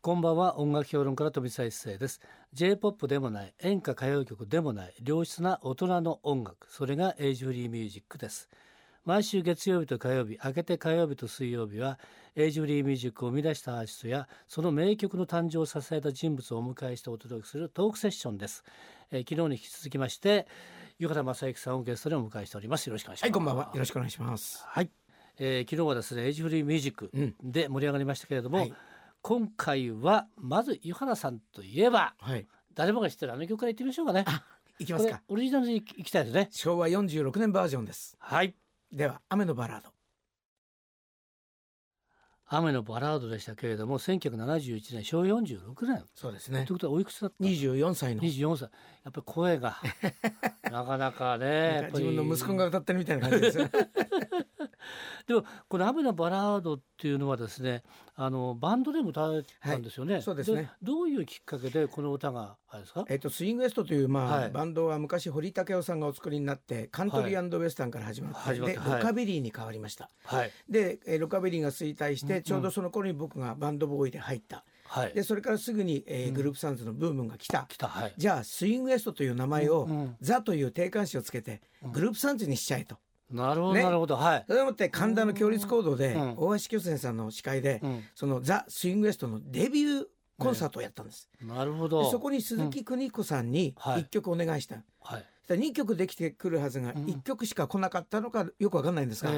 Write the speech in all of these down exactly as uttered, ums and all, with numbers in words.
こんばんは。音楽評論家の富澤一世です。 J-ポップ でもない、演歌歌謡曲でもない、良質な大人の音楽、それがエイジフリーミュージックです。毎週月曜日と火曜日、明けて火曜日と水曜日はエイジフリーミュージックを生み出したアーティストやその名曲の誕生を支えた人物をお迎えしてお届けするトークセッションです。えー、昨日に引き続きまして湯原正幸さんをゲストでお迎えしております。よろしくお願いします。 はい、こんばんは。よろしくお願いします。 はい、えー、昨日はですねエイジフリーミュージックで盛り上がりましたけれども、うん、はい、今回はまず湯原さんといえば、はい、誰もが知ってるあの曲からいってみましょうかね。 あ、いきますか。 オリジナルにいきたいですね。 しょうわよんじゅうろくねんバージョンです。 はい、 では雨のバラード。 雨のバラードでしたけれども、せんきゅうひゃくななじゅういちねん、しょうわよんじゅうろくねん。 そうですね。 ということはおいくつだった？ にじゅうよんさいの。 にじゅうよんさい。やっぱり声がなかなかね、やっぱり自分の息子が歌ってるみたいな感じですよ。 でもこの雨のバラードっていうのはですね、あのバンドでも歌われたんですよね。 はい、そうですね。 どういうきっかけでこの歌があれですか？ えっとスイングエストという、まあはい、 バンドは昔堀武雄さんがお作りになってカントリー&ウエスタンから始まって、はい、でロカビリーに変わりました。はい、でロカビリーが衰退して、ちょうどその頃に僕がバンドボーイで入った。はい、でそれからすぐに、えー、グループサウンズのブームが来た。来た、はい、じゃあスイングエストという名前を、うんうん、ザという定冠詞をつけてグループサウンズにしちゃえと。 なるほど、ね、なるほど、はい。 それをもって神田の共立講堂で、うん、大橋巨泉さんの司会で、うん、そのザ・スイングエストのデビューコンサートをやったんです。 ね、なるほど。 そこに鈴木邦子さんにいっきょくお願いした。うんはい、にきょくできてくるはずがいっきょくしか来なかったのかよくわかんないんですが、うん、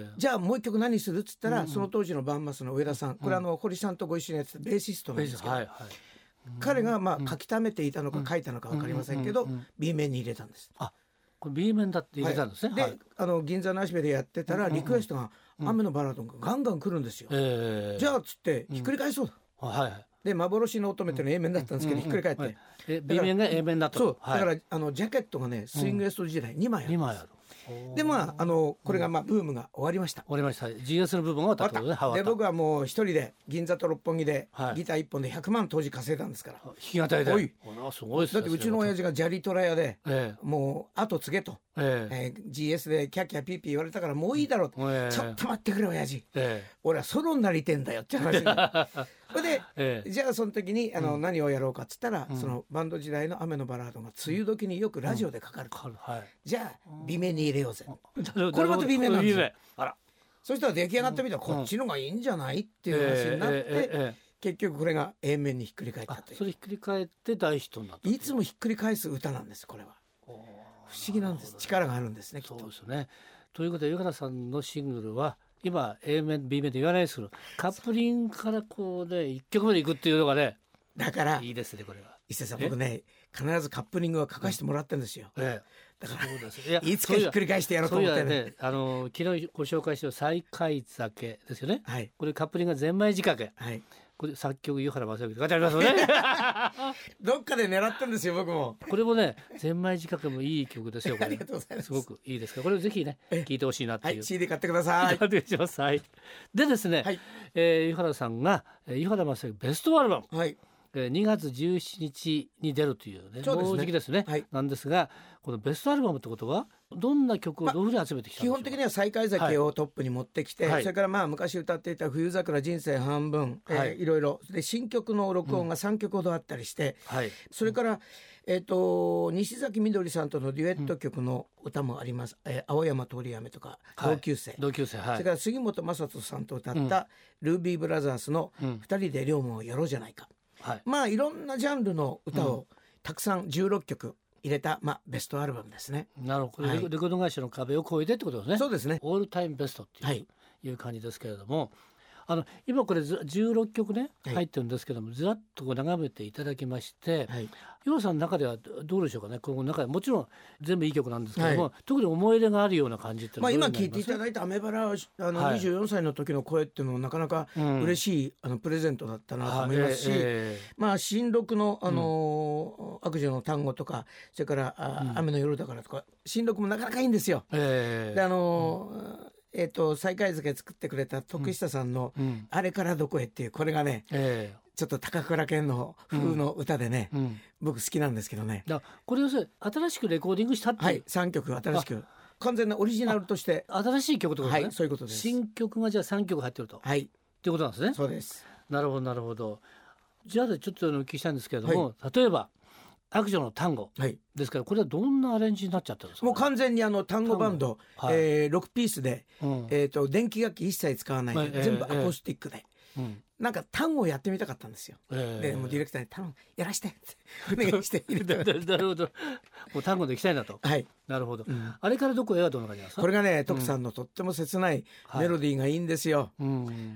じゃあもういっきょく何するっつったら、うん、その当時のバンマスの上田さん、うん、これあの堀さんとご一緒にやってたベーシストなんですけど、はいはい、彼がまあ書き溜めていたのか書いたのか分かりませんけど、 B 面に入れたんです。あ、 これ B 面だって入れたんですね。 はい、で、あの銀座の足部でやってたらリクエストが雨のバラードがガンガン来るんですよ。えー、じゃあっつってひっくり返そう、うん、はいはい、で幻の乙女っていうのは A 面だったんですけど、ひっくり返って、はい、 え B 面が A 面だった。 そう、はい、だからあのジャケットがねスイングエスト時代にまいあるんです。にまいある。でまあ、あのこれがまあブームが終わりました。 終わりました。 ジーエス の部分が終わったってことね。 で僕はもう一人で銀座と六本木でギター一本でひゃくまん当時稼いだんですから、はい、 弾き語りで。おい、すごいですね。 だってうちの親父が砂利虎屋で、ええ、もう後継げと、えええー、ジーエス でキャッキャピーピー言われたからもういいだろうと、ええ、ちょっと待ってくれ親父、ええ、俺はソロになりてんだよって話にそれで、ええ、じゃあその時にあの、うん、何をやろうかっつったら、うん、そのバンド時代の雨のバラードが梅雨時によくラジオでかかると、うんはい、じゃあ B 面に入れようぜ、うん、これまた B 面なんですよ。あら、そしたら出来上がってみたらこっちのがいいんじゃないっていう話になって、ええええ、結局これが A 面にひっくり返ったという。 それひっくり返って大ヒットになった。 いつもひっくり返す歌なんです。これは不思議なんです。力があるんですね、きっと。 そうですね。ということで湯原さんのシングルは今 A 面 B 面で言わないですけど、カップリングからこうねいっきょくめでいくっていうのがね、 だからいいですね。これは伊勢さん、僕ね必ずカップリングは書かせてもらってるんですよ、うん、ええ、だからそうです。いや、いつかひっくり返してやろうと思ってね。ね、あの昨日ご紹介した再開酒ですよね、 はい、 これカップリングがゼンマイ仕掛け、はい、これ作曲湯原正幸って書いてありますよねどっかで狙ってるんですよ僕も。 これもねゼンマイ仕掛けもいい曲ですよこれ。 ありがとうございます。 すごくいいですから、これをぜひね聴いてほしいなっていう、はい、 シーディー 買ってください。 お願いします。はい、でですね、はい、えー、湯原さんが湯原正幸ベストアルバム、はい、にがつじゅうしちにちに出るというね、もうじきですね、はい、なんですが、このベストアルバムってことはどんな曲をどういうふうに集めてきたんでしょうか。 ま、基本的には再開酒をトップに持ってきて、はい、それからまあ昔歌っていた冬桜人生半分、はい、えー、いろいろで新曲の録音がさんきょくほどあったりして、うん、はい、それから、えー、と西崎みどりさんとのデュエット曲の歌もあります、うん、えー、青山通り雨とか同級生、はい、 同級生、はい、 それから杉本雅人さんと歌った、うん、ルービーブラザーズのふたりで両門をやろうじゃないか、はい、まあいろんなジャンルの歌をたくさんじゅうろっきょく入れた、まあ、ベストアルバムですね。 なるほど、はい、レコード会社の壁を越えてってことですね。 そうですね。 オールタイムベストっていう、はい、いう感じですけれども、あの今これじゅうろっきょくね、はい、入ってるんですけども、ずらっとこう眺めていただきまして、はい、湯原さんの中ではどうでしょうかね。この中でもちろん全部いい曲なんですけども、はい、特に思い入れがあるような感じっていうのは、 まあ、今聞いていただいたアメバラあのにじゅうよんさいの時の声っていうのもなかなか嬉しい、うん、あのプレゼントだったなと思いますし、えー、まあ新録の、あのーうん、悪女の単語とか、それからあ、うん、雨の夜だからとか新録もなかなかいいんですよ、えー、であのーうんえー、と再開付け作ってくれた徳久さんの、うん、あれからどこへっていう、これがね、えー、ちょっと高倉健の風の歌でね、うんうん、僕好きなんですけどね。 だこれを新しくレコーディングしたっていう、はい、 さんきょく新しく完全なオリジナルとして新しい曲ってことですね。 はい、そういうことです。 新曲がじゃあさんきょく入ってると、 はい、 っていうことなんですね。 そうです。 なるほどなるほど。 じゃあちょっとお聞きしたいんですけれども、はい、例えば悪女の単語ですから、これはどんなアレンジになっちゃったんですか、ね、 もう完全にあの単語バンド、はい、えー、ろくピースで、うん、えー、と電気楽器一切使わないで、はい、全部アコースティックで、えーえー、なんか単語をやってみたかったんですよ、えー、でもうディレクターに頼むやらしてお願いしてなるほど、もう単語でいきたいなと、はい、なるほど、うん、あれからどこへはどんな感じなんですか。 これがね徳さんのとっても切ないメロディーがいいんですよ、はい、うん、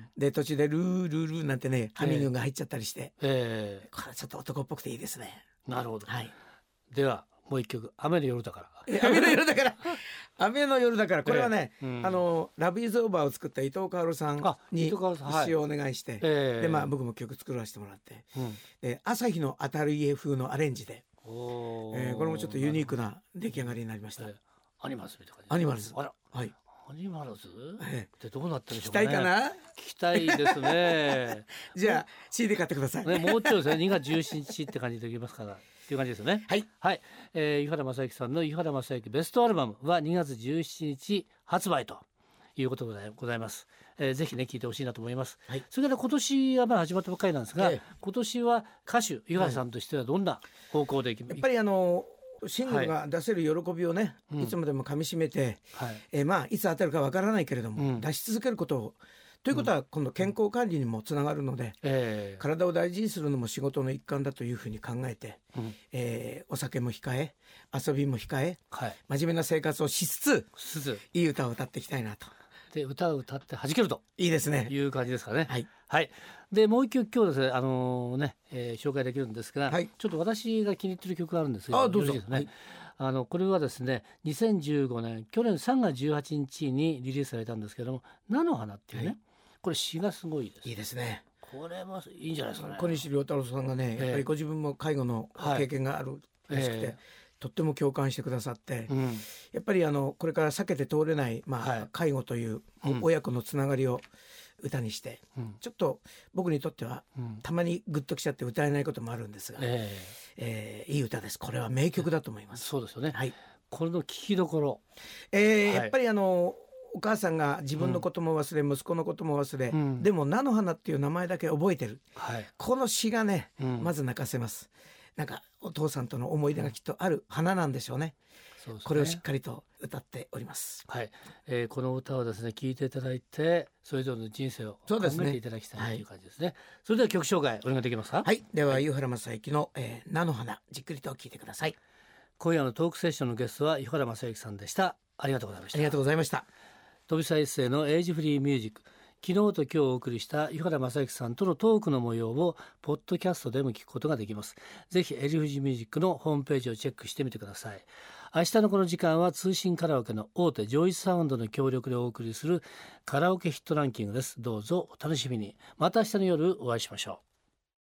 で途中でルールールーなんてねハミングが入っちゃったりして、えー、これちょっと男っぽくていいですね。 なるほど、はい、ではもう一曲雨の夜だから雨の夜だから雨の夜だからこれはね、えーうん、あのラブイズオーバーを作った伊藤薫さんに詩をお願いして、はい、でまあ僕も曲作らせてもらって、うん、で朝日の当たる家風のアレンジで、えー、これもちょっとユニークな出来上がりになりました、えー、 アニマルズみたいな感じ。 アニマルズ、 あら、はい、アニマルズ、えー、ってどうなってるでしょうかね。 聞きたいかな。 聞きたいですねじゃあ シーディー 買ってください、 ね、もうちょいですねにがつじゅうしちにちって感じできますからっていう感じですよね。はい、はい、えー、湯原正幸さんの湯原正幸ベストアルバムはにがつじゅうしちにち発売ということでございます、えー、ぜひね聴いてほしいなと思います、はい、それから今年はまだ始まったばっかりなんですが、えー、今年は歌手湯原さんとしてはどんな方向でいきますか。 やっぱりあのシングルが出せる喜びをね、はい、いつまでもかみしめて、うん、はい、えー、まあいつ当たるかわからないけれども、うん、出し続けることをということは今度健康管理にもつながるので、うん、えー、体を大事にするのも仕事の一環だというふうに考えて、うん、えー、お酒も控え遊びも控え、はい、真面目な生活をしつついい歌を歌っていきたいなと。 で歌を歌って弾けるといいですねいう感じですかね。はい、はい、でもう一曲今日ですね、あのーねえー、紹介できるんですが、はい、ちょっと私が気に入ってる曲があるんですが、 あどうぞ、 ね、 はい、 あのこれはですねにせんじゅうごねん去年さんがつじゅうはちにちにリリースされたんですけども、菜の花っていうね、はい、これ詩がすごいです。 いいですね。 これもいいんじゃないですかね。 小西良太郎さんがね、えー、やっぱりご自分も介護の経験があるらしくて、えー、とっても共感してくださって、うん、やっぱりあのこれから避けて通れない、まあはい、介護という親子のつながりを歌にして、うん、ちょっと僕にとっては、うん、たまにグッときちゃって歌えないこともあるんですが、えーえー、いい歌です。これは名曲だと思います。 そうですよね、はい、これの聴きどころ、 えーはい、やっぱりあのお母さんが自分のことも忘れ、うん、息子のことも忘れ、うん、でも菜の花っていう名前だけ覚えてる、はい、この詩がね、うん、まず泣かせます。なんかお父さんとの思い出がきっとある花なんでしょうね。そうですね、これをしっかりと歌っております。 はい、えー、この歌をですね聴いていただいてそれぞれの人生を考えていただきたいという感じですね。それでは曲紹介お願いできますか。 はい、では湯原正幸の、えー、菜の花じっくりと聴いてください。 今夜のトークセッションのゲストは湯原正幸さんでした。ありがとうございました。 ありがとうございました。 飛沢一世のエイジフリーミュージック、昨日と今日お送りした湯原正幸さんとのトークの模様をポッドキャストでも聞くことができます。ぜひエイジフリーミュージックのホームページをチェックしてみてください。明日のこの時間は通信カラオケの大手ジョイサウンドの協力でお送りするカラオケヒットランキングです。どうぞお楽しみに。また明日の夜お会いしましょう。